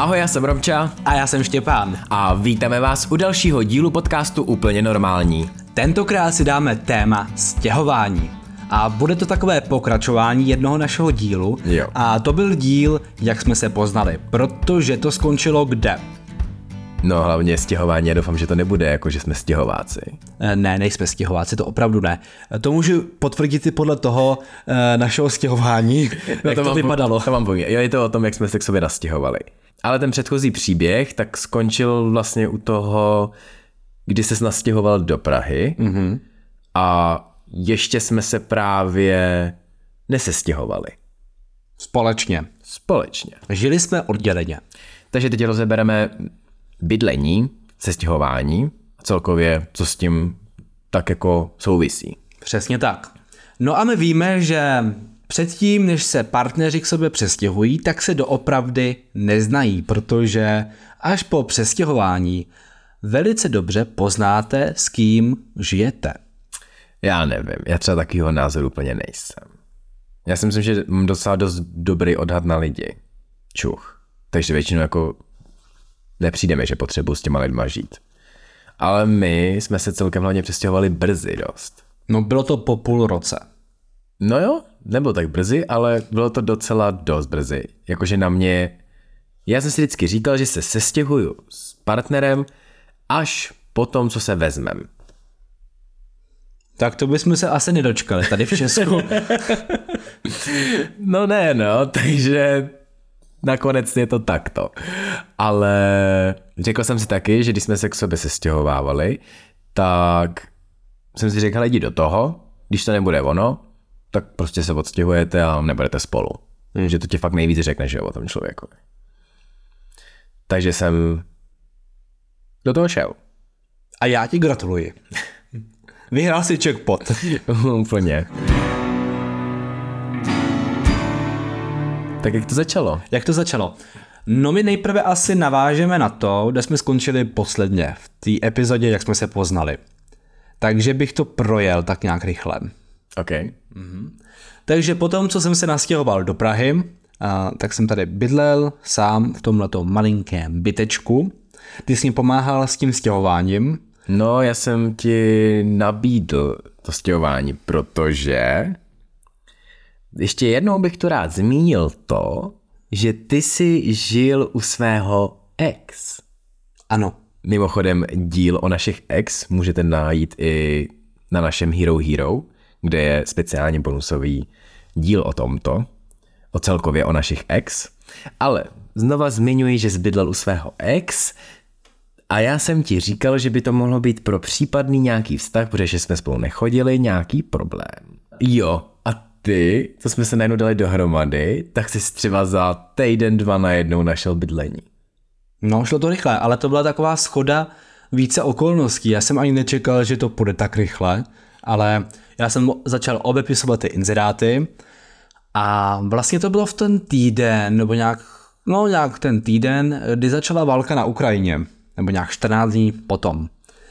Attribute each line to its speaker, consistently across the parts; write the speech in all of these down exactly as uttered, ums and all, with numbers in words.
Speaker 1: Ahoj, já jsem Romča.
Speaker 2: A já jsem Štěpán.
Speaker 1: A vítáme vás u dalšího dílu podcastu Úplně normální.
Speaker 2: Tentokrát si dáme téma stěhování. A bude to takové pokračování jednoho našeho dílu.
Speaker 1: Jo.
Speaker 2: A to byl díl, jak jsme se poznali, protože to skončilo kde?
Speaker 1: No hlavně stěhování, já doufám, že to nebude jako, že jsme stěhováci.
Speaker 2: Ne, nejsme stěhováci, to opravdu ne. To můžu potvrdit i podle toho e, našeho stěhování, no jak to, to vypadalo.
Speaker 1: To vám povím. Jo, je to o tom, jak jsme se k sobě nastěhovali. Ale ten předchozí příběh tak skončil vlastně u toho, kdy ses nastěhoval do Prahy mm-hmm. a ještě jsme se právě nesestěhovali.
Speaker 2: Společně.
Speaker 1: Společně.
Speaker 2: Žili jsme odděleně.
Speaker 1: Takže teď rozebereme bydlení, sestěhování a celkově, co s tím tak jako souvisí.
Speaker 2: Přesně tak. No a my víme, že předtím, než se partneři k sobě přestěhují, tak se doopravdy neznají, protože až po přestěhování velice dobře poznáte, s kým žijete.
Speaker 1: Já nevím, já třeba takovýho názoru úplně nejsem. Já si myslím, že mám docela dost dobrý odhad na lidi. Čuch. Takže většinou jako nepřijdeme, že potřebuji s těma lidma žít. Ale my jsme se celkem hlavně přestěhovali brzy dost.
Speaker 2: No bylo to po půl roce.
Speaker 1: No jo, nebylo tak brzy, ale bylo to docela dost brzy. Jakože na mě, já jsem si vždycky říkal, že se sestěhuju s partnerem až po tom, co se vezmem.
Speaker 2: Tak to bychom se asi nedočkali tady v Česku.
Speaker 1: No ne, no, takže nakonec je to takto. Ale řekl jsem si taky, že když jsme se k sobě sestěhovávali, tak jsem si řekl, jdi do toho, když to nebude ono, tak prostě se odstěhujete a nebudete spolu. Hmm. Že to tě fakt nejvíc řekne, že o tom člověku. Takže jsem do toho šel.
Speaker 2: A já ti gratuluji. Vyhrál si jackpot.
Speaker 1: Úplně. Tak jak to začalo?
Speaker 2: Jak to začalo? No my nejprve asi navážeme na to, kde jsme skončili posledně, v té epizodě, jak jsme se poznali. Takže bych to projel tak nějak rychle.
Speaker 1: OK.
Speaker 2: Mhm. Takže potom, co jsem se nastěhoval do Prahy, a, tak jsem tady bydlel sám v tomhletom malinkém bytečku. Ty jsi mi pomáhal s tím stěhováním.
Speaker 1: No, já jsem ti nabídl to stěhování, protože ještě jednou bych to rád zmínil to, že ty jsi žil u svého ex.
Speaker 2: Ano.
Speaker 1: Mimochodem díl o našich ex můžete najít i na našem Hero Hero, kde je speciálně bonusový díl o tomto, o celkově o našich ex. Ale znova zmiňuji, že jsi bydlel u svého ex a já jsem ti říkal, že by to mohlo být pro případný nějaký vztah, protože jsme spolu nechodili, nějaký problém. Jo, a ty, co jsme se najednou dali dohromady, tak jsi třeba za týden, dva najednou našel bydlení.
Speaker 2: No, šlo to rychle, ale to byla taková schoda více okolností. Já jsem ani nečekal, že to půjde tak rychle, ale já jsem začal obepisovat ty inzeráty a vlastně to bylo v ten týden, nebo nějak, no nějak ten týden, kdy začala válka na Ukrajině, nebo nějak čtrnáct dní potom.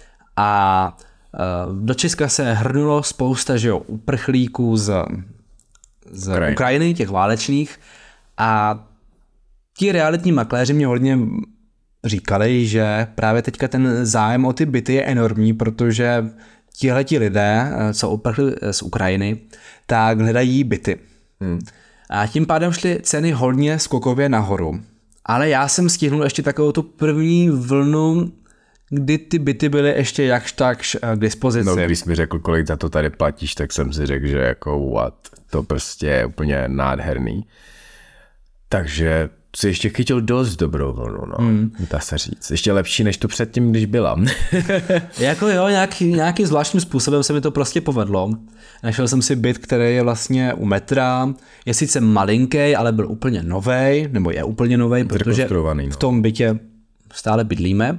Speaker 2: A do Česka se hrnulo spousta, že jo, uprchlíků z, z Ukrajiny. Ukrajiny, těch válečných, a ti realitní makléři mě hodně říkali, že právě teďka ten zájem o ty byty je enormní, protože tihleti lidé, co uprchli z Ukrajiny, tak hledají byty. Hmm. A tím pádem šly ceny hodně skokově nahoru. Ale já jsem stihnul ještě takovou tu první vlnu, kdy ty byty byly ještě jakž takž k dispozici.
Speaker 1: No, když jsi mi řekl, kolik za to tady platíš, tak jsem si řekl, že jako what, to prostě je úplně nádherný. Takže si ještě chytil dost dobrou vlnu, no, hmm. dá se říct. Ještě lepší, než tu předtím, když byla.
Speaker 2: Jako jo, nějaký, nějakým zvláštním způsobem se mi to prostě povedlo. Našel jsem si byt, který je vlastně u metra, je sice malinký, ale byl úplně novej, nebo je úplně novej, protože v tom bytě stále bydlíme.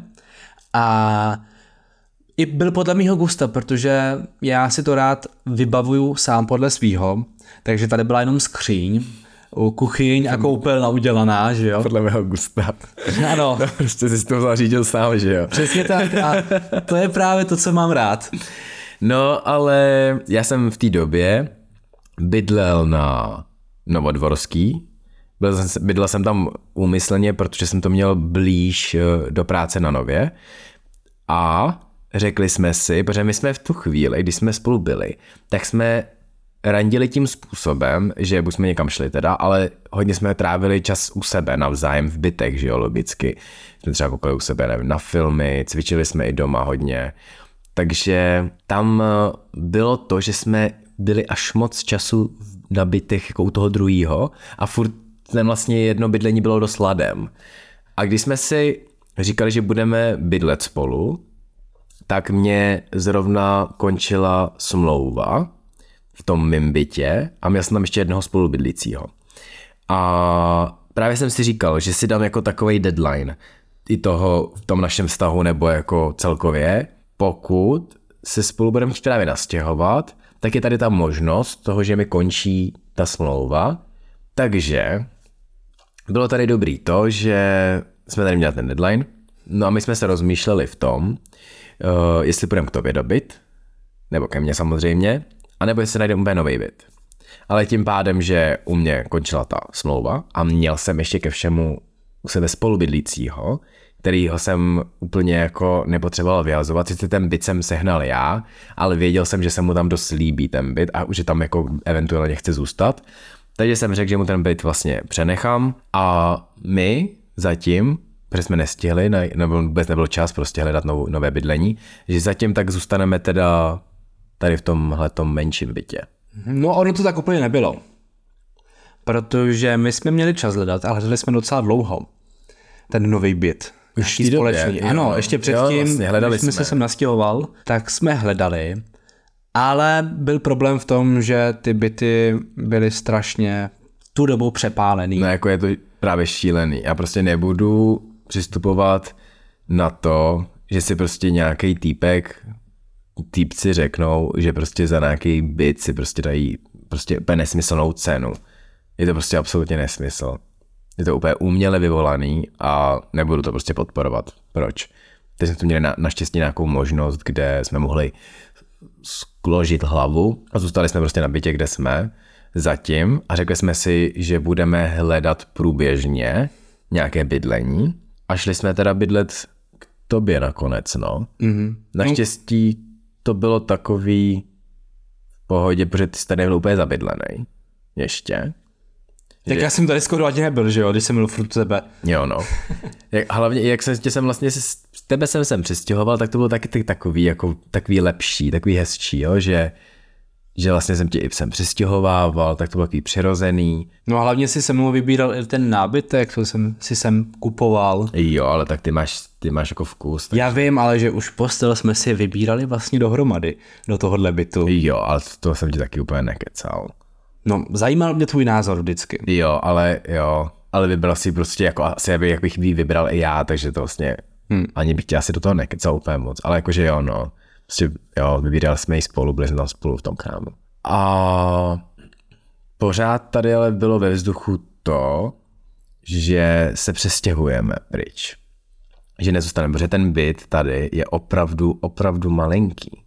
Speaker 2: A i byl podle mýho gusta, protože já si to rád vybavuju sám podle svýho, takže tady byla jenom skříň, kuchyň a koupelna udělaná, že jo?
Speaker 1: Podle mého gusta.
Speaker 2: Ano.
Speaker 1: No, prostě jsi to zařídil sám, že jo?
Speaker 2: Přesně tak a to je právě to, co mám rád.
Speaker 1: No, ale já jsem v té době bydlel na Novodvorský, Byl jsem, bydlel jsem tam úmyslně, protože jsem to měl blíž do práce na Nově a řekli jsme si, protože my jsme v tu chvíli, když jsme spolu byli, tak jsme randili tím způsobem, že buď jsme někam šli teda, ale hodně jsme trávili čas u sebe navzájem v bytech, že jo, logicky. Jsme třeba koukali u sebe, nevím, na filmy, cvičili jsme i doma hodně. Takže tam bylo to, že jsme byli až moc času na bytech jako u toho druhýho a furt ten vlastně jedno bydlení bylo dost ladem. A když jsme si říkali, že budeme bydlet spolu, tak mě zrovna končila smlouva v tom mým bytě a měl jsem tam ještě jednoho spolubydlícího. A právě jsem si říkal, že si dám jako takovej deadline i toho v tom našem vztahu nebo jako celkově, pokud se spolu budeme chtít právě nastěhovat, tak je tady ta možnost toho, že mi končí ta smlouva. Takže bylo tady dobrý to, že jsme tady měli ten deadline, no a my jsme se rozmýšleli v tom, uh, jestli půjdeme k tobě do byt, nebo ke mně samozřejmě, anebo jestli najdeme úplně nový byt. Ale tím pádem, že u mě končila ta smlouva a měl jsem ještě ke všemu u sebe spolubydlícího, kterýho jsem úplně jako nepotřeboval vyhazovat, sice ten byt jsem sehnal já, ale věděl jsem, že se mu tam dost líbí ten byt a že tam jako eventuálně chce zůstat. Takže jsem řekl, že mu ten byt vlastně přenechám a my zatím, protože jsme nestihli, nebo vůbec nebyl čas prostě hledat novou, nové bydlení, že zatím tak zůstaneme teda tady v tomhletom menším bytě.
Speaker 2: No ono to tak úplně nebylo. Protože my jsme měli čas hledat a hledali jsme docela dlouho ten nový byt.
Speaker 1: Už
Speaker 2: společný. Ano, jo, ještě předtím, jo, vlastně, když jsme, jsme se sem nastěhoval, tak jsme hledali, ale byl problém v tom, že ty byty byly strašně tu dobu přepálený.
Speaker 1: No jako je to právě šílený. Já prostě nebudu přistupovat na to, že si prostě nějaký týpek, týpci řeknou, že prostě za nějaký byt si prostě dají prostě úplně nesmyslnou cenu. Je to prostě absolutně nesmysl. Je to úplně uměle vyvolaný a nebudu to prostě podporovat. Proč? Teď jsme tu měli na, naštěstí nějakou možnost, kde jsme mohli skložit hlavu a zůstali jsme prostě na bytě, kde jsme zatím a řekli jsme si, že budeme hledat průběžně nějaké bydlení a šli jsme teda bydlet k tobě nakonec, no. Mm-hmm. Naštěstí to bylo takový v pohodě, protože ty jsi tady byl úplně zabydlený. Ještě.
Speaker 2: Tak já jsem tady skoro ani nebyl, že jo, když jsem byl furt tebe.
Speaker 1: Jo, no. Jak, hlavně, jak jsem tě jsem vlastně, z tebe jsem sem přestěhoval, tak to bylo taky takový, jako takový lepší, takový hezčí, jo, že, že vlastně jsem tě i sem přestěhovával, tak to bylo takový přirozený.
Speaker 2: No a hlavně si se mnou vybíral i ten nábytek, co jsem si sem kupoval.
Speaker 1: Jo, ale tak ty máš, ty máš jako vkus. Tak...
Speaker 2: Já vím, ale že už postel jsme si vybírali vlastně dohromady do tohohle bytu.
Speaker 1: Jo, ale to jsem ti taky úplně nekecal.
Speaker 2: No, zajímal mě tvůj názor vždycky.
Speaker 1: Jo, ale jo, ale vybral si prostě jako asi, aby, jak bych vybral i já, takže to vlastně hmm. ani bych tě asi do toho nekecal úplně moc, ale jakože jo, no, prostě jo, vybírali jsme ji spolu, byli jsme tam spolu v tom krámu. A pořád tady ale bylo ve vzduchu to, že se přestěhujeme pryč, že nezůstaneme, protože ten byt tady je opravdu, opravdu malinký.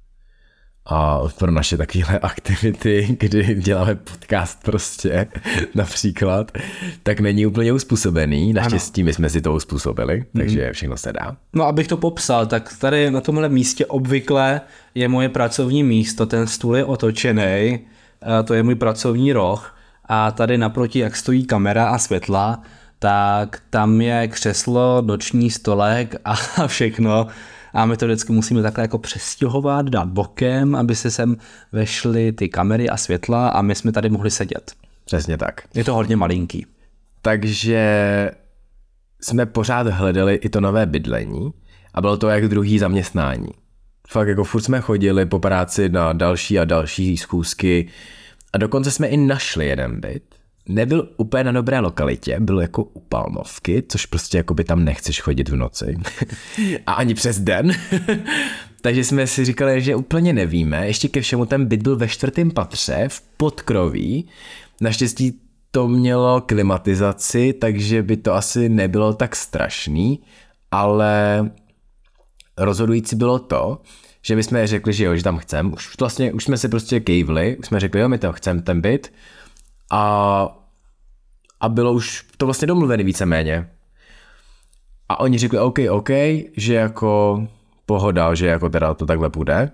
Speaker 1: A pro naše takovéhle aktivity, kdy děláme podcast prostě například, tak není úplně uspůsobený. Naštěstí my jsme si to uspůsobili, takže všechno se dá.
Speaker 2: No abych to popsal, tak tady na tomhle místě obvykle je moje pracovní místo, ten stůl je otočený, to je můj pracovní roh a tady naproti, jak stojí kamera a světla, tak tam je křeslo, noční stolek a všechno. A my to vždycky musíme takhle jako přestěhovat, dát bokem, aby se sem vešly ty kamery a světla a my jsme tady mohli sedět.
Speaker 1: Přesně tak.
Speaker 2: Je to hodně malinký.
Speaker 1: Takže jsme pořád hledali i to nové bydlení a bylo to jak druhý zaměstnání. Fakt jako furt jsme chodili po práci na další a další schůzky a dokonce jsme i našli jeden byt. Nebyl úplně na dobré lokalitě, byl jako u Palmovky, což prostě jako by tam nechceš chodit v noci. A ani přes den. Takže jsme si říkali, že úplně nevíme. Ještě ke všemu ten byt byl ve čtvrtém patře v podkroví. Naštěstí to mělo klimatizaci, takže by to asi nebylo tak strašný, ale rozhodující bylo to, že my jsme řekli, že jo, že tam chcem. Už vlastně, už jsme si prostě kejvli, už jsme řekli, jo, my tam chcem ten byt. A, a bylo už to vlastně domluvený víceméně. A oni řekli OK, OK, že jako pohoda, že jako teda to takhle půjde.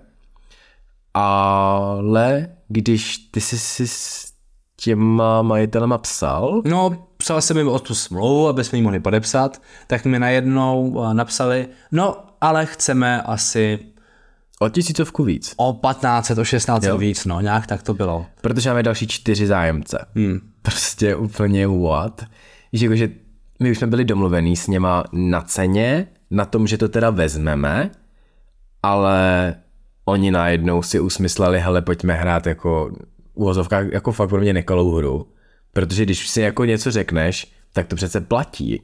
Speaker 1: Ale když ty jsi si s těma majitelema psal?
Speaker 2: No, psal jsem jim o tu smlouvu, aby jsme ji mohli podepsat, tak mi najednou napsali, no, ale chceme asi
Speaker 1: o tisícovku víc.
Speaker 2: O patnáct, o šestnáct
Speaker 1: jo?
Speaker 2: víc, no, nějak tak to bylo.
Speaker 1: Protože máme další čtyři zájemce. Hmm. Prostě úplně what? Víš, jakože my už jsme byli domluvení s něma na ceně, na tom, že to teda vezmeme, ale oni najednou si usmysleli, hele, pojďme hrát jako uvozovkách, jako fakt pro mě nekalou hru. Protože když si jako něco řekneš, tak to přece platí.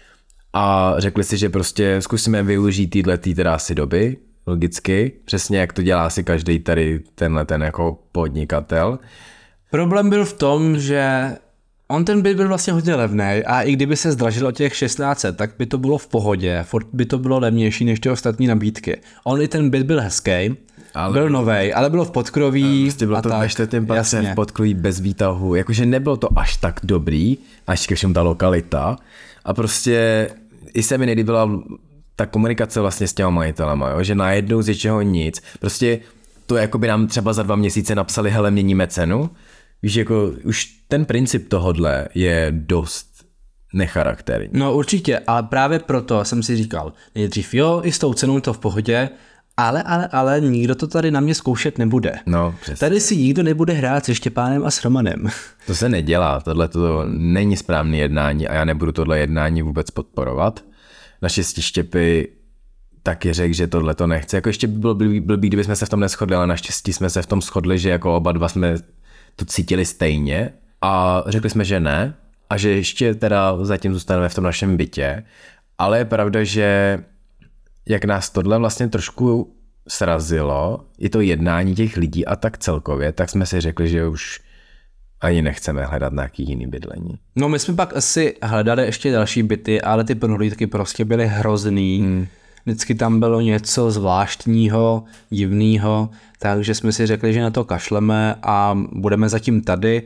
Speaker 1: A řekli si, že prostě zkusíme využít týhletý teda asi doby, logicky, přesně jak to dělá si každý tady tenhle ten jako podnikatel.
Speaker 2: Problém byl v tom, že on ten byt byl vlastně hodně levný a i kdyby se zdražil o těch šestnáct set, tak by to bylo v pohodě, furt by to bylo levnější než ty ostatní nabídky. On i ten byt byl hezký, ale byl novej, ale bylo v podkroví.
Speaker 1: Prostě bylo
Speaker 2: a
Speaker 1: to
Speaker 2: tak,
Speaker 1: ve čtvrtém patře v podkroví bez výtahu, jakože nebylo to až tak dobrý, až ke všem ta lokalita a prostě i se mi nelíbila ta komunikace vlastně s těma majitelema, jo? Že najednou z něčeho nic, prostě to jako by nám třeba za dva měsíce napsali, hele, měníme cenu, víš, jako už ten princip tohodle je dost necharakterní.
Speaker 2: No určitě, ale právě proto jsem si říkal, nejdřív jo, i s tou cenou to v pohodě, ale, ale, ale nikdo to tady na mě zkoušet nebude.
Speaker 1: No, přesně.
Speaker 2: Tady si nikdo nebude hrát se Štěpánem a s Romanem.
Speaker 1: To se nedělá, tohle to není správné jednání a já nebudu tohle jednání vůbec podporovat. Naštěstí Štěpy taky řekl, že tohle to nechce. Jako ještě by bylo blbý, blbý, kdyby jsme se v tom neshodli, ale naštěstí jsme se v tom shodli, že jako oba dva jsme to cítili stejně a řekli jsme, že ne a že ještě teda zatím zůstaneme v tom našem bytě, ale je pravda, že jak nás tohle vlastně trošku srazilo, i to jednání těch lidí a tak celkově, tak jsme si řekli, že už ani nechceme hledat nějaký jiný bydlení.
Speaker 2: No my jsme pak asi hledali ještě další byty, ale ty prohlídky prostě byly hrozný. Hmm. Vždycky tam bylo něco zvláštního, divného, takže jsme si řekli, že na to kašleme a budeme zatím tady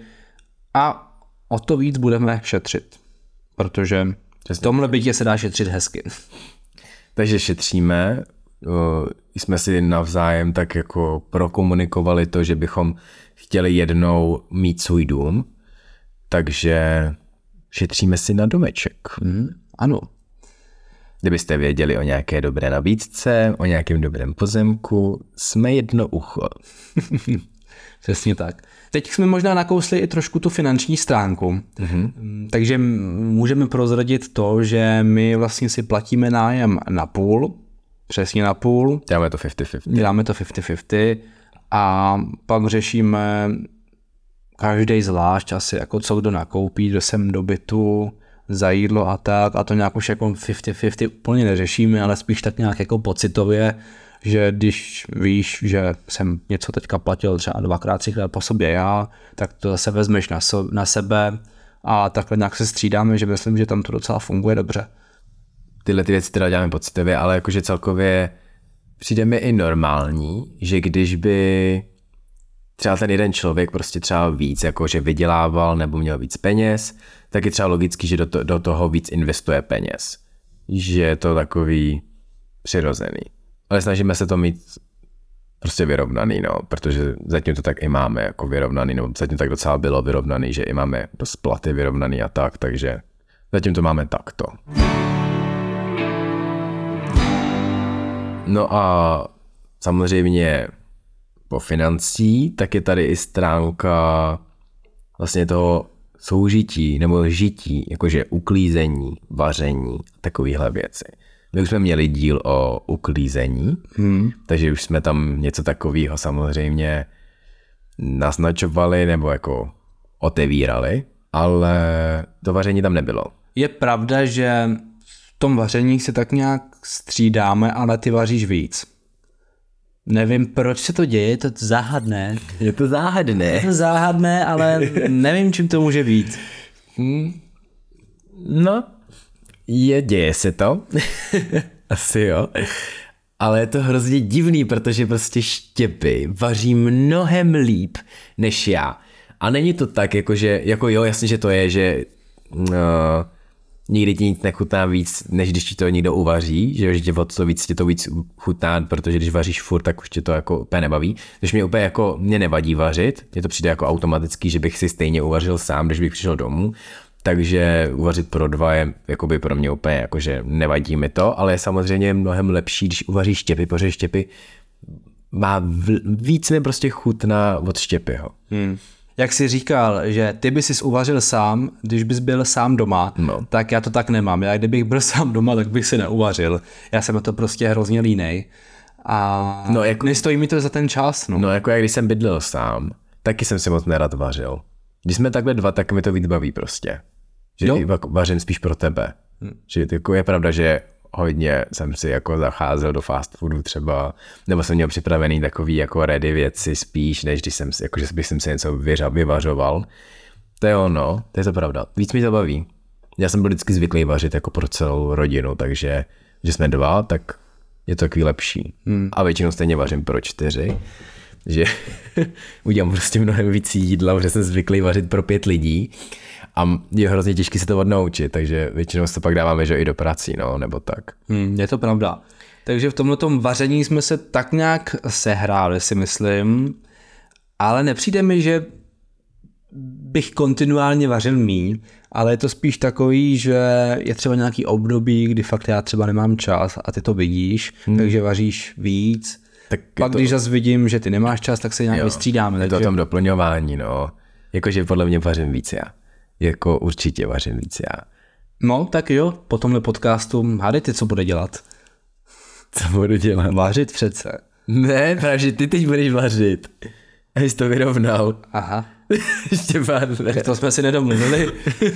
Speaker 2: a o to víc budeme šetřit, protože v tomhle bytě se dá šetřit hezky.
Speaker 1: Takže šetříme, jsme si navzájem tak jako prokomunikovali to, že bychom chtěli jednou mít svůj dům, takže šetříme si na domeček.
Speaker 2: Mm, ano.
Speaker 1: Kdybyste věděli o nějaké dobré nabídce, o nějakém dobrém pozemku, jsme jedno ucho.
Speaker 2: Přesně tak. Teď jsme možná nakousli i trošku tu finanční stránku, mm-hmm. takže můžeme prozradit to, že my vlastně si platíme nájem na půl, přesně na půl.
Speaker 1: Děláme to padesát padesát.
Speaker 2: Děláme to padesát padesát a pak řešíme každý zvlášť asi jako co kdo nakoupí, kdo sem do bytu, za jídlo a tak a to nějak už jako padesát padesát úplně neřešíme, ale spíš tak nějak jako pocitově, že když víš, že jsem něco teďka platil třeba dvakrát, třikrát po sobě já, tak to zase vezmeš na, so, na sebe a takhle nějak se střídáme, že myslím, že tam to docela funguje dobře.
Speaker 1: Tyhle ty věci teda děláme pocitově, ale jakože celkově přijde mi i normální, že když by třeba ten jeden člověk prostě třeba víc jakože vydělával nebo měl víc peněz, tak je třeba logický, že do, to, do toho víc investuje peněz. Že je to takový přirozený. Ale snažíme se to mít prostě vyrovnaný, no, protože zatím to tak i máme jako vyrovnaný, no, zatím tak docela bylo vyrovnaný, že i máme dost platy vyrovnaný a tak, takže zatím to máme takto. No a samozřejmě po financí, tak je tady i stránka vlastně toho soužití nebo žití, jakože uklízení, vaření, takovýhle věci. My už jsme měli díl o uklízení, hmm. takže už jsme tam něco takového samozřejmě naznačovali nebo jako otevírali, ale to vaření tam nebylo.
Speaker 2: Je pravda, že v tom vaření se tak nějak střídáme, ale ty vaříš víc. Nevím, proč se to děje, je to záhadné.
Speaker 1: Je to záhadné.
Speaker 2: Je to záhadné, ale nevím, čím to může být.
Speaker 1: Hmm. No, je, děje se to. Asi jo. Ale je to hrozně divný, protože prostě Štěpy vaří mnohem líp než já. A není to tak, jako že, jako jo, jasně, že to je, že uh, nikdy ti nic nechutná víc, než když ti to někdo uvaří, že, že tě od to víc tě to víc chutná, protože když vaříš furt, tak už tě to jako úplně nebaví. Když mě úplně jako, mě nevadí vařit, mě to přijde jako automatický, že bych si stejně uvařil sám, když bych přišel domů, takže uvařit pro dva je jakoby pro mě úplně jako, že nevadí mi to, ale je samozřejmě mnohem lepší, když uvaříš štěpy, protože štěpy má v, víc mi prostě chutná od štěpyho.
Speaker 2: Hmm. Jak jsi říkal, že ty bys si uvařil sám, když bys byl sám doma, no. tak já to tak nemám. Já kdybych byl sám doma, tak bych si neuvařil. Já jsem na to prostě hrozně línej. A no, jako, nestojí mi to za ten čas. No,
Speaker 1: no jako jak když jsem bydlel sám, taky jsem si moc nerad vařil. Když jsme takhle dva, tak mi to víc baví prostě. Že no. vařím spíš pro tebe. Hmm. Že jako je pravda, že hodně jsem si jako zacházel do fast foodu třeba, nebo jsem měl připravený takový jako ready věci spíš, než když jsem si, jako že bych jsem si něco vyvařoval. To je ono, to je to pravda. Víc mi to baví. Já jsem byl vždycky zvyklý vařit jako pro celou rodinu, takže že jsme dva, tak je to takový lepší. Hmm. A většinou stejně vařím pro čtyři, že udělám prostě mnohem víc jídla, protože jsem zvyklý vařit pro pět lidí. A je hrozně těžké se to odnaučit, takže většinou se to pak dáváme, že i do prací, no, nebo tak.
Speaker 2: Hmm, je to pravda. Takže v tomhletom vaření jsme se tak nějak sehráli, si myslím, ale nepřijde mi, že bych kontinuálně vařil míň, ale je to spíš takový, že je třeba nějaký období, kdy fakt já třeba nemám čas a ty to vidíš, hmm. takže vaříš víc. Tak pak to... když zase vidím, že ty nemáš čas, tak se nějak jo, vystřídáme.
Speaker 1: Je to takže... o tom doplňování, no. Jakože podle mě vařím víc já. Jako určitě vařím víc já.
Speaker 2: No, tak jo, po tomhle podcastu hádejte, co bude dělat.
Speaker 1: Co budu dělat?
Speaker 2: Vařit přece.
Speaker 1: Ne, právě, že ty teď budeš vařit. A jsi to vyrovnal.
Speaker 2: Aha.
Speaker 1: Ještě pár
Speaker 2: tak to jsme si nedomluvili.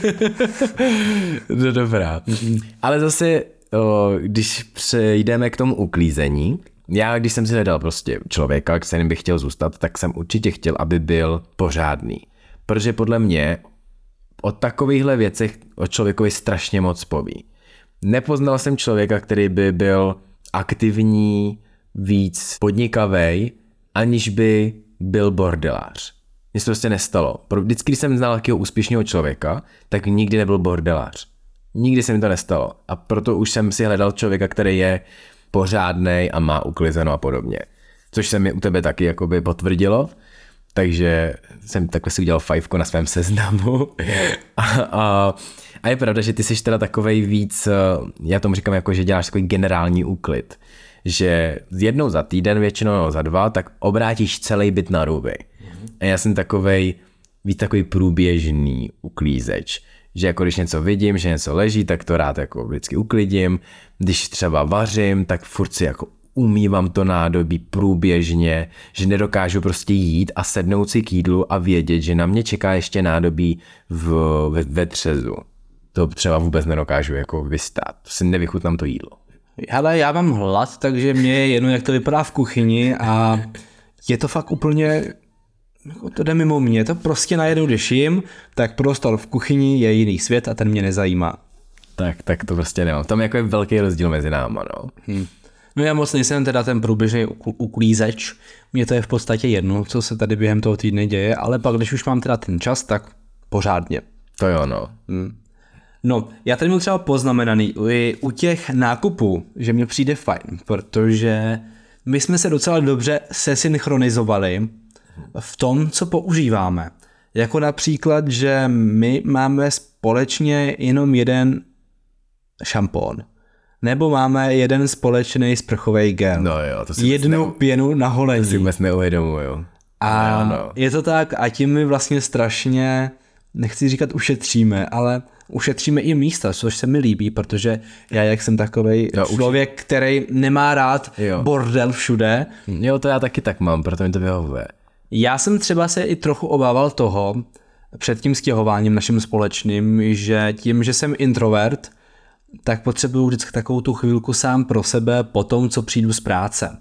Speaker 1: No dobrá. Ale zase, o, když přejdeme k tomu uklízení, já když jsem si hledal prostě člověka, kterým bych chtěl zůstat, tak jsem určitě chtěl, aby byl pořádný. Protože podle mě o takovýchhle věcech o člověkovi strašně moc poví. Nepoznal jsem člověka, který by byl aktivní, víc podnikavej, aniž by byl bordelář. Mně se to prostě nestalo. Vždycky, když jsem znal takového úspěšného člověka, tak nikdy nebyl bordelář. Nikdy se mi to nestalo. A proto už jsem si hledal člověka, který je pořádnej a má uklizeno a podobně. Což se mi u tebe taky jakoby potvrdilo. Takže jsem takhle si udělal fajfko na svém seznamu. A, a, a je pravda, že ty jsi teda takovej víc, já tomu říkám jako, že děláš takový generální úklid. Že jednou za týden, většinou za dva, tak obrátíš celý byt na ruby. A já jsem takovej, víc takový průběžný uklízeč. Že jako když něco vidím, že něco leží, tak to rád jako vždycky uklidím. Když třeba vařím, tak furt si jako umývám to nádobí průběžně, že nedokážu prostě jít a sednout si k jídlu a vědět, že na mě čeká ještě nádobí v, ve, ve třezu. To třeba vůbec nedokážu jako vystát. To si nevychutnám to jídlo.
Speaker 2: Hele, já mám hlad, takže mě je jedno, jak to vypadá v kuchyni a je to fakt úplně, to jde mimo mě, to prostě najednou, když jim, tak prostor v kuchyni je jiný svět a ten mě nezajímá.
Speaker 1: Tak, tak to prostě nemám. Tam jako je velký rozdíl mezi náma, no.
Speaker 2: Hmm. No já moc nejsem teda ten průběžný uklízeč, mně to je v podstatě jedno, co se tady během toho týdne děje, ale pak, když už mám teda ten čas, tak pořádně.
Speaker 1: To jo, no.
Speaker 2: Hmm. No, já tady mám třeba poznamenaný u těch nákupů, že mě přijde fajn, protože my jsme se docela dobře sesynchronizovali v tom, co používáme. Jako například, že my máme společně jenom jeden šampón. Nebo máme jeden společný sprchový gel.
Speaker 1: No jo, to si
Speaker 2: jednu ne... pěnu na holení.
Speaker 1: To si vůbec neuvědomuju.
Speaker 2: A
Speaker 1: no, no.
Speaker 2: je to tak a tím my vlastně strašně, nechci říkat ušetříme, ale ušetříme i místa, což se mi líbí, protože já jak jsem takovej no, člověk, už... který nemá rád jo. bordel všude.
Speaker 1: Jo, to já taky tak mám, proto mi to vyhovuje.
Speaker 2: Já jsem třeba se i trochu obával toho, před tím stěhováním naším společným, že tím, že jsem introvert, tak potřebuju vždycky takovou tu chvilku sám pro sebe po tom, co přijdu z práce.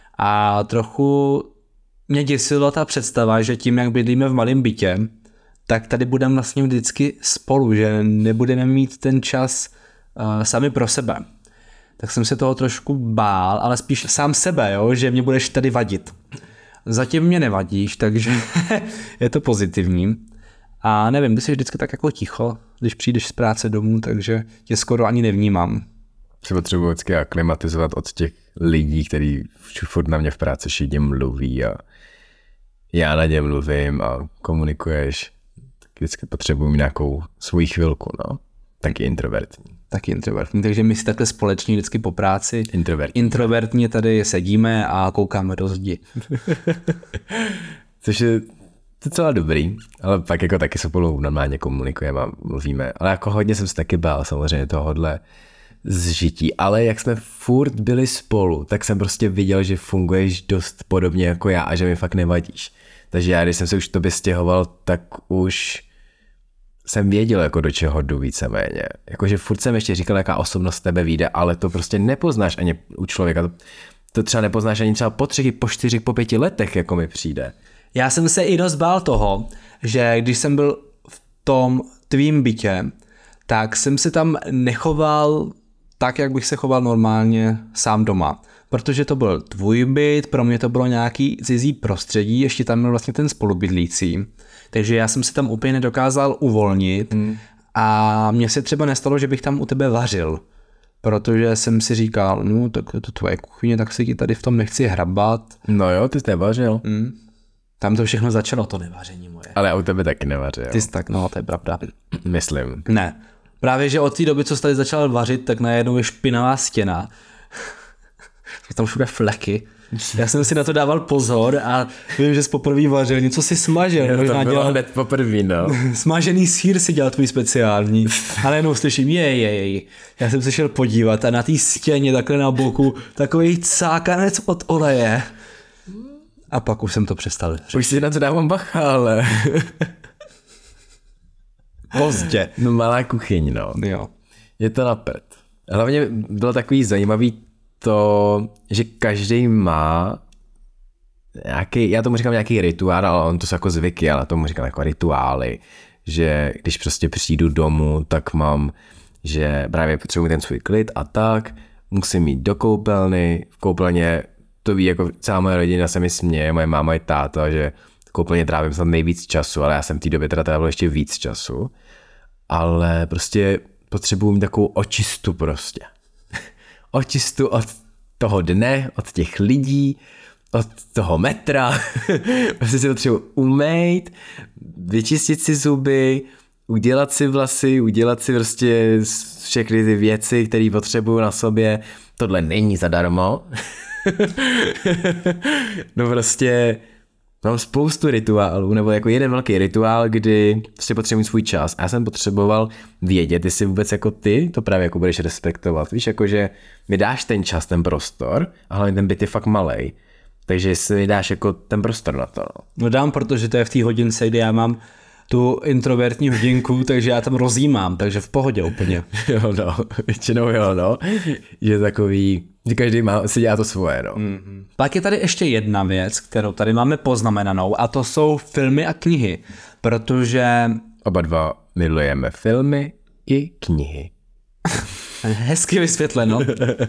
Speaker 2: A trochu mě děsila ta představa, že tím, jak bydlíme v malém bytě, tak tady budeme vlastně vždycky spolu, že nebudeme mít ten čas uh, sami pro sebe. Tak jsem se toho trošku bál, ale spíš sám sebe, jo, že mě budeš tady vadit. Zatím mě nevadíš, takže je to pozitivní. A nevím, ty jsi vždycky tak jako ticho, když přijdeš z práce domů, takže tě skoro ani nevnímám.
Speaker 1: Se potřebuji vždycky aklimatizovat od těch lidí, kteří furt na mě v práci šidě mluví a já na ně mluvím a komunikuješ. Tak vždycky potřebuji nějakou svoji chvilku, no. Taky introvertní.
Speaker 2: Taky introvertní, takže my si takhle společně vždycky po práci
Speaker 1: Introvertní.
Speaker 2: introvertně tady sedíme a koukáme do zdi.
Speaker 1: Což je docela dobrý, ale pak jako taky spolu normálně komunikujeme a mluvíme. Ale jako hodně jsem se taky bál samozřejmě tohohle zžití, ale jak jsme furt byli spolu, tak jsem prostě viděl, že funguješ dost podobně jako já a že mi fakt nevadíš. Takže já, když jsem se už tobě stěhoval, tak už jsem věděl, jako do čeho jdu víceméně. Jakože furt jsem ještě říkal, jaká osobnost tebe vyjde, ale to prostě nepoznáš ani u člověka. To, to třeba nepoznáš ani třeba po třech, po čtyřech, po pěti letech, jako mi přijde.
Speaker 2: Já jsem se i dost bál toho, že když jsem byl v tom tvým bytě, tak jsem se tam nechoval tak, jak bych se choval normálně sám doma. Protože to byl tvůj byt, pro mě to bylo nějaký cizí prostředí, ještě tam byl vlastně ten spolubydlící. Takže já jsem se tam úplně nedokázal uvolnit hmm. a mně se třeba nestalo, že bych tam u tebe vařil. Protože jsem si říkal, no tak to tvoje kuchyně, tak si ti tady v tom nechci hrabat.
Speaker 1: No jo, ty jsi nevařil.
Speaker 2: Hmm. Tam to všechno začalo, to nevaření moje.
Speaker 1: Ale u tebe taky nevařil.
Speaker 2: Ty jsi tak, no to je pravda.
Speaker 1: Myslím.
Speaker 2: Ne. Právě, že od té doby, co jsi tady začal vařit, tak najednou je špinavá stěna. Jsou tam všude fleky. Já jsem si na to dával pozor a vím, že jsi poprvé vařil, něco si smažil.
Speaker 1: To bylo
Speaker 2: dělal...
Speaker 1: hned poprvé, no.
Speaker 2: Smažený sýr si dělal tvůj speciální. A najednou slyším, jej, jej. Já jsem se šel podívat a na té stěně takhle na boku takový cákanec od oleje. A pak už jsem to přestal řešit.
Speaker 1: Už si na to dávám bacha, ale...
Speaker 2: Pozdě.
Speaker 1: No malá kuchyň, no.
Speaker 2: Jo.
Speaker 1: Je to na prd. Hlavně bylo takový zajímavý to, že každý má nějaký, já tomu říkám nějaký rituál, ale on to jsou jako zvyky, ale tomu říkám jako rituály, že když prostě přijdu domů, tak mám, že právě potřebuji ten svůj klid a tak, musím jít do koupelny, v koupelně to ví, jako celá moje rodina se mi směje, moje máma i táta, že v koupelně trávím snad nejvíc času, ale já jsem v té době teda trávil ještě víc času, ale prostě potřebuji mít takovou očistu prostě. Očistu od toho dne, od těch lidí, od toho metra. Prostě si potřebuji umýt, vyčistit si zuby, udělat si vlasy, udělat si prostě všechny ty věci, které potřebuju na sobě. Tohle není zadarmo. No prostě mám spoustu rituálů, nebo jako jeden velký rituál, kdy prostě potřebuji svůj čas. A já jsem potřeboval vědět, jestli vůbec jako ty to právě jako budeš respektovat. Víš, jako že mi dáš ten čas, ten prostor, a hlavně ten byt je fakt malej. Takže jestli mi dáš jako ten prostor na to. No,
Speaker 2: no dám, protože to je v té hodince, kdy já mám tu introvertní hodinku, takže já tam rozjímám, takže v pohodě úplně.
Speaker 1: Jo, no, většinou jo, no. Že takový, že každý má, si dělá to svoje, no.
Speaker 2: Mm-hmm. Pak je tady ještě jedna věc, kterou tady máme poznamenanou, a to jsou filmy a knihy, protože...
Speaker 1: Oba dva milujeme filmy i knihy.
Speaker 2: Hezky vysvětleno.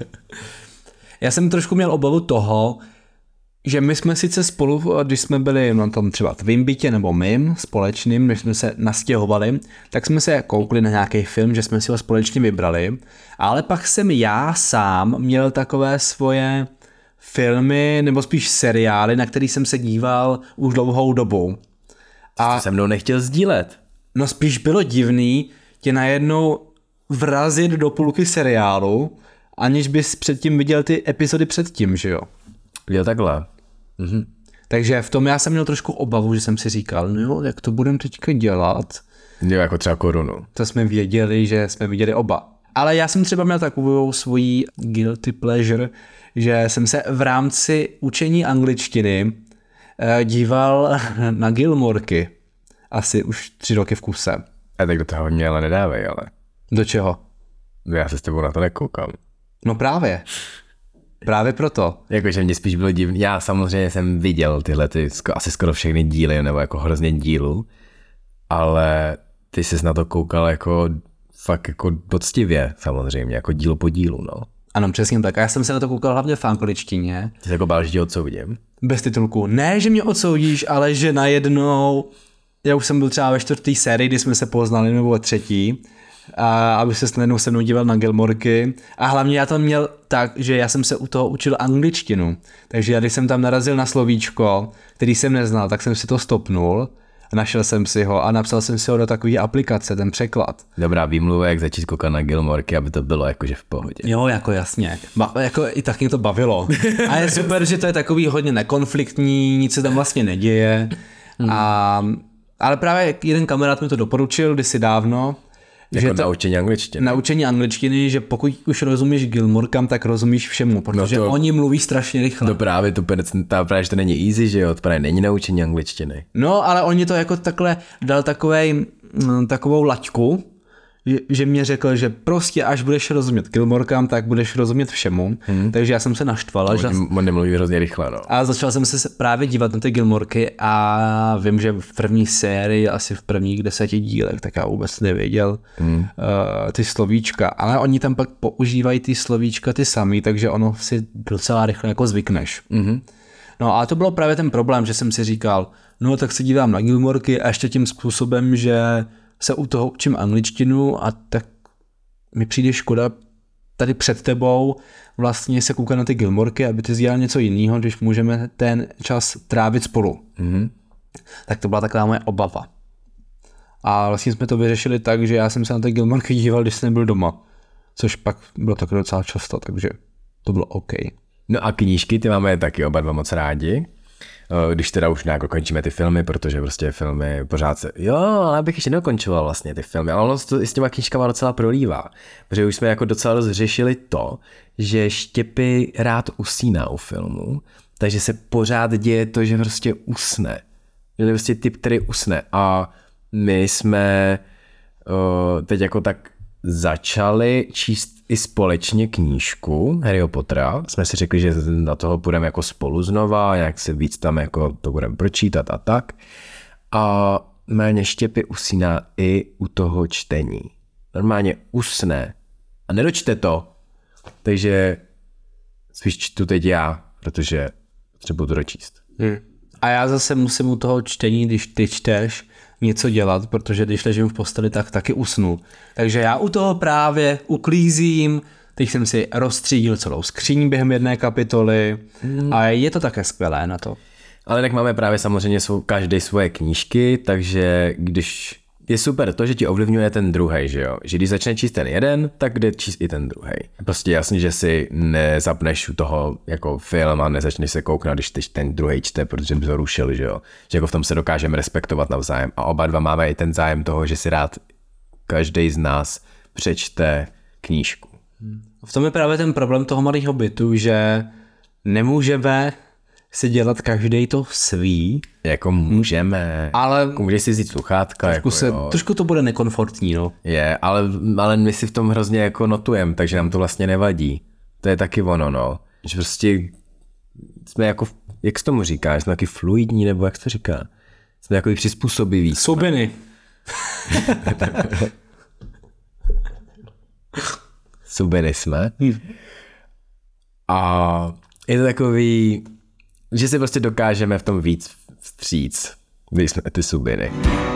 Speaker 2: Já jsem trošku měl obavu toho, že my jsme sice spolu, když jsme byli na tom třeba tvým bytě nebo mým společným, když jsme se nastěhovali, tak jsme se koukli na nějaký film, že jsme si ho společně vybrali, ale pak jsem já sám měl takové svoje filmy nebo spíš seriály, na který jsem se díval už dlouhou dobu.
Speaker 1: A to se mnou nechtěl sdílet.
Speaker 2: No spíš bylo divný tě najednou vrazit do půlky seriálu, aniž bys předtím viděl ty epizody předtím, že jo?
Speaker 1: Jo, takhle.
Speaker 2: Mhm. Takže v tom já jsem měl trošku obavu, že jsem si říkal, no jo, jak to budeme teďka dělat?
Speaker 1: Jo, jako třeba korunu.
Speaker 2: To jsme věděli, že jsme viděli oba. Ale já jsem třeba měl takovou svoji guilty pleasure, že jsem se v rámci učení angličtiny díval na Gilmorky. Asi už tři roky v kuse.
Speaker 1: A tak do toho mě ale nedávej, ale.
Speaker 2: Do čeho?
Speaker 1: Já se s tebou na to nekoukám.
Speaker 2: No právě. Právě proto.
Speaker 1: Jakože mě spíš bylo divný. Já samozřejmě jsem viděl tyhle ty, asi skoro všechny díly, nebo jako hrozně dílů, ale ty jsi na to koukal jako fakt jako poctivě, samozřejmě, jako díl po dílu, no.
Speaker 2: Ano, přesně tak. A já jsem se na to koukal hlavně v angličtině.
Speaker 1: Ty jsi jako bál, že tě odsoudím?
Speaker 2: Bez titulku. Ne, že mě odsoudíš, ale že najednou já už jsem byl třeba ve čtvrtý sérii, kdy jsme se poznali, nebo ve třetí, a aby se najednou se mnou díval na Gilmorky. A hlavně já to měl tak, že já jsem se u toho učil angličtinu. Takže já, když jsem tam narazil na slovíčko, který jsem neznal, tak jsem si to stopnul, našel jsem si ho a napsal jsem si ho do takové aplikace, ten překlad.
Speaker 1: Dobrá výmluva, jak začít koukat na Gilmorky, aby to bylo jakože v pohodě.
Speaker 2: Jo, jako jasně. Ba- jako i tak mě to bavilo. A je super, že to je takový hodně nekonfliktní, nic se tam vlastně neděje. Hmm. A, ale právě jeden kamarád mi to doporučil kdysi dávno,
Speaker 1: jako
Speaker 2: že to,
Speaker 1: naučení angličtiny.
Speaker 2: Naučení angličtiny, že pokud už rozumíš Gilmorkám, tak rozumíš všemu, protože no to, oni mluví strašně rychle.
Speaker 1: No právě to, právě, že to není easy, že jo, to právě není naučení angličtiny.
Speaker 2: No, ale oni to jako takhle dal takovej, takovou laťku, že, že mě řekl, že prostě až budeš rozumět Gilmorkám, tak budeš rozumět všemu, hmm. takže já jsem se naštval.
Speaker 1: On, že... on nemluví hrozně rychle, no.
Speaker 2: A začal jsem se právě dívat na ty Gilmorky a vím, že v první sérii, asi v prvních deseti dílech, tak já vůbec nevěděl hmm. uh, ty slovíčka, ale oni tam pak používají ty slovíčka ty samý, takže ono si docela rychle jako zvykneš. Hmm. No a to bylo právě ten problém, že jsem si říkal, no tak se dívám na Gilmorky a ještě tím způsobem, že se u toho učím angličtinu a tak mi přijde škoda tady před tebou vlastně se koukat na ty Gilmorky, aby ty dělal něco jiného, když můžeme ten čas trávit spolu. Mm-hmm. Tak to byla taková moje obava. A vlastně jsme to vyřešili tak, že já jsem se na ty Gilmorky díval, když jsem byl doma. Což pak bylo taky docela často, takže to bylo OK.
Speaker 1: No a knížky, ty máme taky oba dva moc rádi. Když teda už nějak dokončíme ty filmy, protože prostě filmy pořád se, jo, ale bych ještě nedokončoval vlastně ty filmy, ale ono to i s těma knížkama docela prolívá, protože už jsme jako docela dost řešili to, že Štěpy rád usíná u filmu, takže se pořád děje to, že prostě usne, že je prostě typ, který usne a my jsme uh, teď jako tak začali číst i společně knížku Harryho Pottera. Jsme si řekli, že na toho půjdeme jako spolu znova, nějak se víc tam jako to budeme pročítat a tak. A méně Štěpy usíná i u toho čtení. Normálně usne a nedočte to. Takže spíš čtu teď já, protože třeba to dočíst.
Speaker 2: Hmm. A já zase musím u toho čtení, když ty čteš, něco dělat, protože když ležím v posteli, tak taky usnu. Takže já u toho právě uklízím, teď jsem si rozstřídil celou skříň během jedné kapitoly mm. a je to také skvělé na to.
Speaker 1: Ale tak máme právě samozřejmě svou, každý svoje knížky, takže když je super to, že ti ovlivňuje ten druhej, že jo? Že když začne číst ten jeden, tak jde číst i ten druhej. Prostě jasně, že si nezapneš u toho jako film a nezačneš se kouknout, když ty ten druhej čte, protože by to rušil, že jo? Že jako v tom se dokážeme respektovat navzájem. A oba dva máme i ten zájem toho, že si rád každý z nás přečte knížku.
Speaker 2: V tom je právě ten problém toho malého bytu, že nemůžeme si dělat každej to svý.
Speaker 1: Jako můžeme,
Speaker 2: ale
Speaker 1: jako můžeš si vzít sluchátka.
Speaker 2: Trošku,
Speaker 1: jako,
Speaker 2: se, trošku to bude nekomfortní, no.
Speaker 1: Je, ale, ale my si v tom hrozně jako notujeme, takže nám to vlastně nevadí. To je taky ono, no. Že prostě jsme jako, jak se tomu říká, jsme taky fluidní, nebo jak se to říká? Jsme jako přizpůsobiví.
Speaker 2: Subiny.
Speaker 1: Subiny jsme. A je to takový, že si prostě dokážeme v tom víc vstříc, když jsme ty subiny.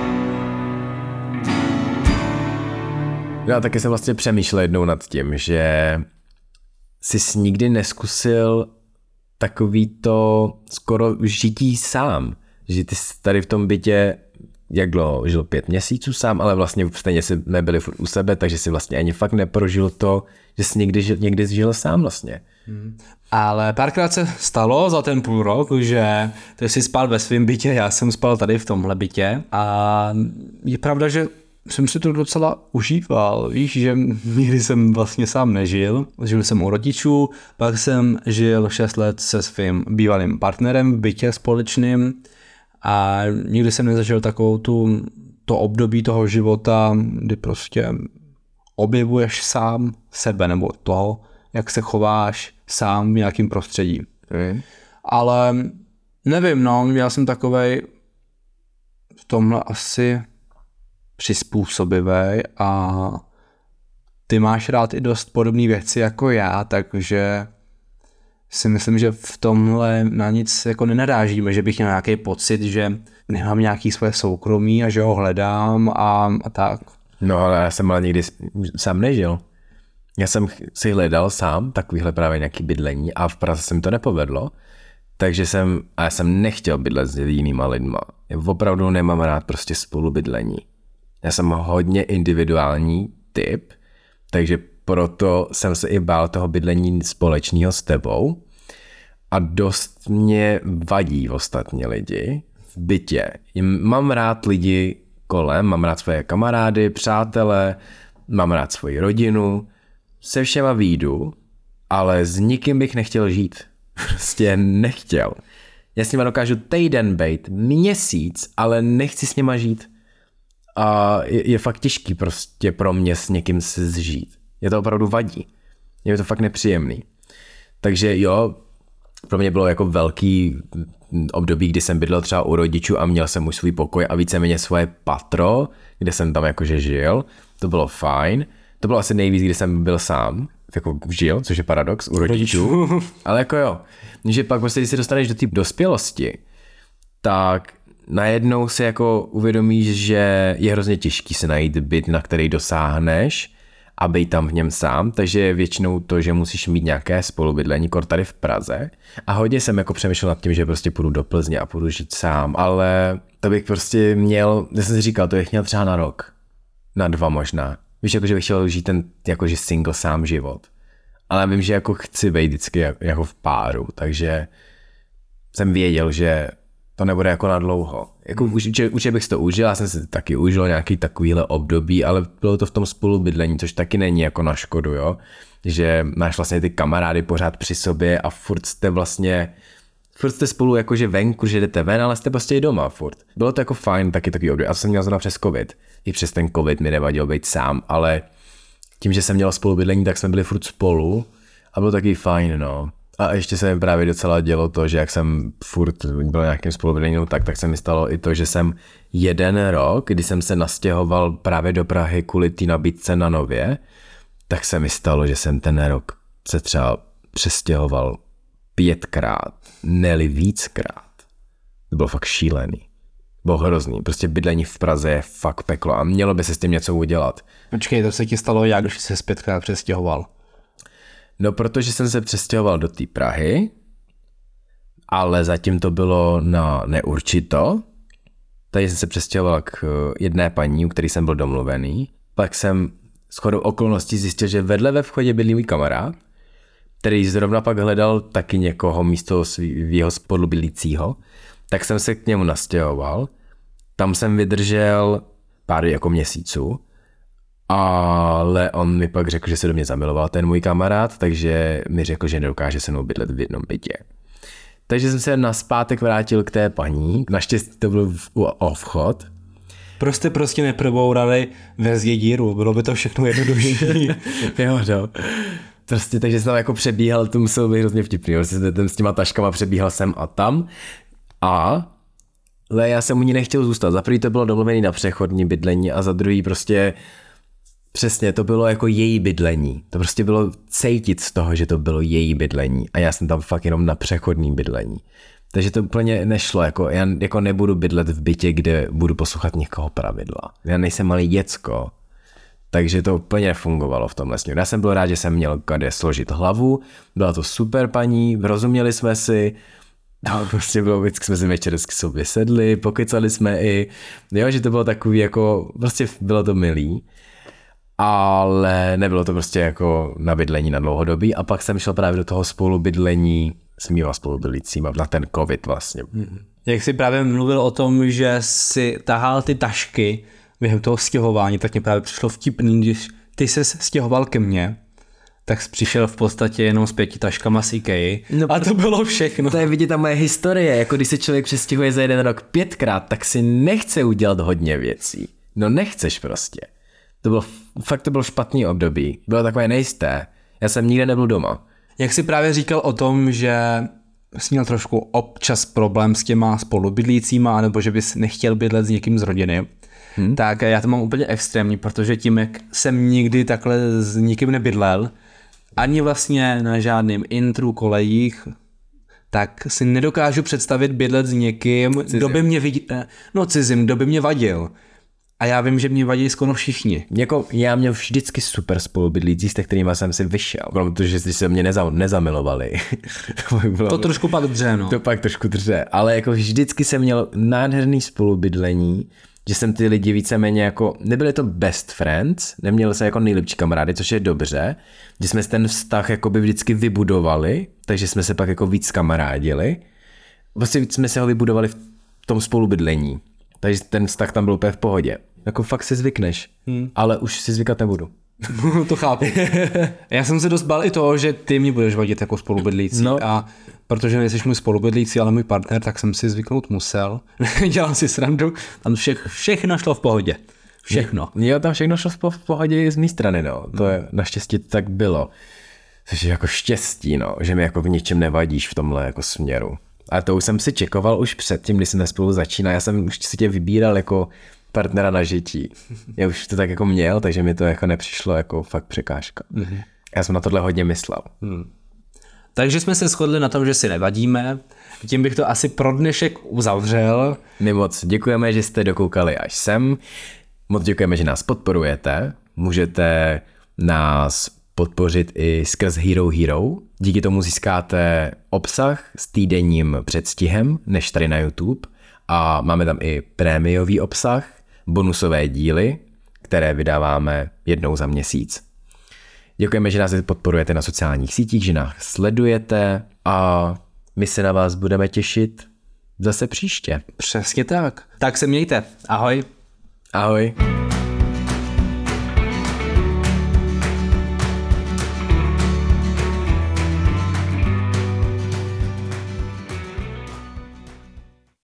Speaker 1: No a taky jsem vlastně přemýšlel jednou nad tím, že jsi nikdy neskusil takový to skoro žití sám. Že ty jsi tady v tom bytě, jak dlouho, žil pět měsíců sám, ale vlastně stejně si nebyli furt u sebe, takže si vlastně ani fakt neprožil to, že jsi někdy, žil, někdy žil sám vlastně. Hmm.
Speaker 2: Ale párkrát se stalo za ten půl rok, že ty jsi spal ve svém bytě, já jsem spal tady v tomhle bytě a je pravda, že jsem si to docela užíval, víš, že nikdy jsem vlastně sám nežil, žil jsem u rodičů, pak jsem žil šest let se svým bývalým partnerem v bytě společným a nikdy jsem nezažil takovou tu, to období toho života, kdy prostě objevuješ sám sebe nebo toho, jak se chováš sám v nějakém prostředí. Mm. Ale nevím, no, já jsem takovej v tomhle asi přizpůsobivej a ty máš rád i dost podobné věci jako já, takže si myslím, že v tomhle na nic jako nenarážíme, že bych měl nějaký pocit, že nemám nějaký svoje soukromí a že ho hledám a, a tak.
Speaker 1: No ale já jsem ale nikdy sám nežil. Já jsem si hledal sám takovýhle právě nějaký bydlení a v Praze se mi to nepovedlo. Takže jsem, a já jsem nechtěl bydlet s jinýma lidma. Já opravdu nemám rád prostě spolubydlení. Já jsem hodně individuální typ, takže proto jsem se i bál toho bydlení společného s tebou. A dost mě vadí ostatní lidi v bytě. Mám rád lidi kolem, mám rád svoje kamarády, přátele, mám rád svoji rodinu, se všema výjdu, ale s nikým bych nechtěl žít. Prostě nechtěl. Já s nima dokážu týden bejt, měsíc, ale nechci s nima žít. A je, je fakt těžký prostě pro mě s někým se zžít. Je to opravdu vadí. Je to fakt nepříjemný. Takže jo, pro mě bylo jako velký období, kdy jsem bydlel třeba u rodičů a měl jsem už svůj pokoj a víceméně svoje patro, kde jsem tam jakože žil. To bylo fajn. To bylo asi nejvíc, kdy jsem byl sám, jako žil, což je paradox, u rodičů. Ale jako jo, že pak prostě, když se dostaneš do té dospělosti, tak najednou si jako uvědomíš, že je hrozně těžký se najít byt, na který dosáhneš a být tam v něm sám, takže je většinou to, že musíš mít nějaké spolubydlení, kor tady v Praze. A hodně jsem jako přemýšlel nad tím, že prostě půjdu do Plzně a půjdu žít sám, ale to bych prostě měl, já jsem si říkal, to bych měl třeba na rok, na dva možná. Víš, jako, že bych chtěl žít ten jakože single sám život. Ale vím, že jako chci být vždycky jako v páru, takže jsem věděl, že to nebude jako na dlouho. Jako určitě, určitě bych si to užil, já jsem si taky užil nějaký takovýhle období, ale bylo to v tom spolubydlení, což taky není jako na škodu, jo. Že máš vlastně ty kamarády pořád při sobě a furt jste vlastně, furt jste spolu jakože venku, že jdete ven, ale jste prostě i doma furt. Bylo to jako fajn, taky takový období. A to jsem měl zrovna přes covid. I přes ten covid mi nevadilo být sám, ale tím, že jsem měl spolubydlení, tak jsme byli furt spolu a bylo taky fajn, no. A ještě se mi právě docela dělo to, že jak jsem furt byl nějakým spolubydlením, tak, tak se mi stalo i to, že jsem jeden rok, kdy jsem se nastěhoval právě do Prahy kvůli té nabídce na Nově, tak se mi stalo, že jsem ten rok se třeba přestěhoval pětkrát, ne-li víckrát. To bylo fakt šílený. Bylo hrozný. Prostě bydlení v Praze je fakt peklo a mělo by se s tím něco udělat.
Speaker 2: Počkej, to se ti stalo jak, když jsi se pětkrát přestěhoval?
Speaker 1: No, protože jsem se přestěhoval do té Prahy, ale zatím to bylo na neurčito. Tady jsem se přestěhoval k jedné paní, u který jsem byl domluvený. Pak jsem shodou okolností zjistil, že vedle ve vchodě bydlí můj kamarád, který zrovna pak hledal taky někoho místo svého spolubydlícího. Tak jsem se k němu nastěhoval. Tam jsem vydržel pár jako měsíců, ale on mi pak řekl, že se do mě zamiloval ten můj kamarád, takže mi řekl, že nedokáže se mnou bydlet v jednom bytě. Takže jsem se nazpátek vrátil k té paní, naštěstí to byl o vchod.
Speaker 2: Prostě prostě neprobourali ve díru, bylo by to všechno jednodušší.
Speaker 1: Jo, no. Prostě takže jsem tam jako přebíhal, to muselo být hrozně vtipný, prostě ten s těma taškama přebíhal sem a tam. A ale já jsem u ní nechtěl zůstat. Za prvý to bylo domluvený na přechodní bydlení a za druhý prostě přesně to bylo jako její bydlení. To prostě bylo cítit z toho, že to bylo její bydlení a já jsem tam fakt jenom na přechodní bydlení. Takže to úplně nešlo, jako já jako nebudu bydlet v bytě, kde budu poslouchat někoho pravidla. Já nejsem malý děcko, takže to úplně nefungovalo v tomhle směru. Já jsem byl rád, že jsem měl kde složit hlavu, byla to super paní, rozuměli jsme si, no, prostě bylo, vždycky jsme si večersky sobě sedli, pokecali jsme i, jo, že to bylo takový jako, prostě bylo to milý, ale nebylo to prostě jako na bydlení na dlouhodobí a pak jsem šel právě do toho spolubydlení s mýma spolubydlícíma na ten covid vlastně.
Speaker 2: Jak jsi právě mluvil o tom, že si tahal ty tašky během toho stěhování, tak mě právě přišlo vtipný, když ty ses stěhoval ke mně, tak jsi přišel v podstatě jenom s pěti taškama z IKEA no, a to bylo všechno.
Speaker 1: To je vidět ta moje historie, jako když se člověk přestěhuje za jeden rok pětkrát, tak si nechce udělat hodně věcí. No nechceš prostě. To bylo, fakt to bylo špatný období, bylo takové nejisté. Já jsem nikde nebyl doma.
Speaker 2: Jak jsi právě říkal o tom, že jsi měl trošku občas problém s těma spolubydlícíma, nebo že bys nechtěl bydlet s někým z rodiny, hmm. tak já to mám úplně extrémní, protože tím, jak jsem nikdy takhle s nikým nebydlel ani vlastně na žádným intru, kolejích, tak si nedokážu představit bydlet s někým, cizim. Kdo by mě viděl, no cizím, kdo by mě vadil. A já vím, že mě vadí skoro všichni.
Speaker 1: Jako já měl vždycky super spolubydlící, s kterými jsem si vyšel, protože si se mě neza, nezamilovali.
Speaker 2: to, bylo, to trošku pak dře, no.
Speaker 1: To pak trošku dře, ale jako vždycky jsem měl nádherný spolubydlení, že jsem ty lidi víceméně jako, nebyli to best friends, neměli se jako nejlepší kamarády, což je dobře, že jsme ten vztah jako by vždycky vybudovali, takže jsme se pak jako víc kamarádili. Vlastně jsme se ho vybudovali v tom spolubydlení, takže ten vztah tam byl úplně v pohodě. Jako fakt si zvykneš, hmm. ale už si zvykat nebudu.
Speaker 2: To chápu. Já jsem se dost bál i toho, že ty mě budeš vadit jako spolubydlící. No. A protože nejsi můj spolubydlící, ale můj partner, tak jsem si zvyknout musel. Dělám si srandu. Tam vše, všechno šlo v pohodě. Všechno.
Speaker 1: Jo, tam všechno šlo v pohodě z mé strany, no. To je naštěstí tak bylo. Což je jako štěstí, no, že mi jako v ničem nevadíš v tomhle jako směru. A to už jsem si čekoval už předtím, když jsme spolu začínali. Já jsem už si tě vybíral jako partnera na žití. Já už to tak jako měl, takže mi to jako nepřišlo jako fakt překážka. Mm-hmm. Já jsem na tohle hodně myslel. Mm.
Speaker 2: Takže jsme se shodli na tom, že si nevadíme. Tím bych to asi pro dnešek uzavřel.
Speaker 1: My moc děkujeme, že jste dokoukali až sem. Moc děkujeme, že nás podporujete. Můžete nás podpořit i skrz Hero Hero. Díky tomu získáte obsah s týdenním předstihem, než tady na YouTube. A máme tam i prémiový obsah, bonusové díly, které vydáváme jednou za měsíc. Děkujeme, že nás podporujete na sociálních sítích, že nás sledujete a my se na vás budeme těšit zase příště.
Speaker 2: Přesně tak. Tak se mějte. Ahoj.
Speaker 1: Ahoj.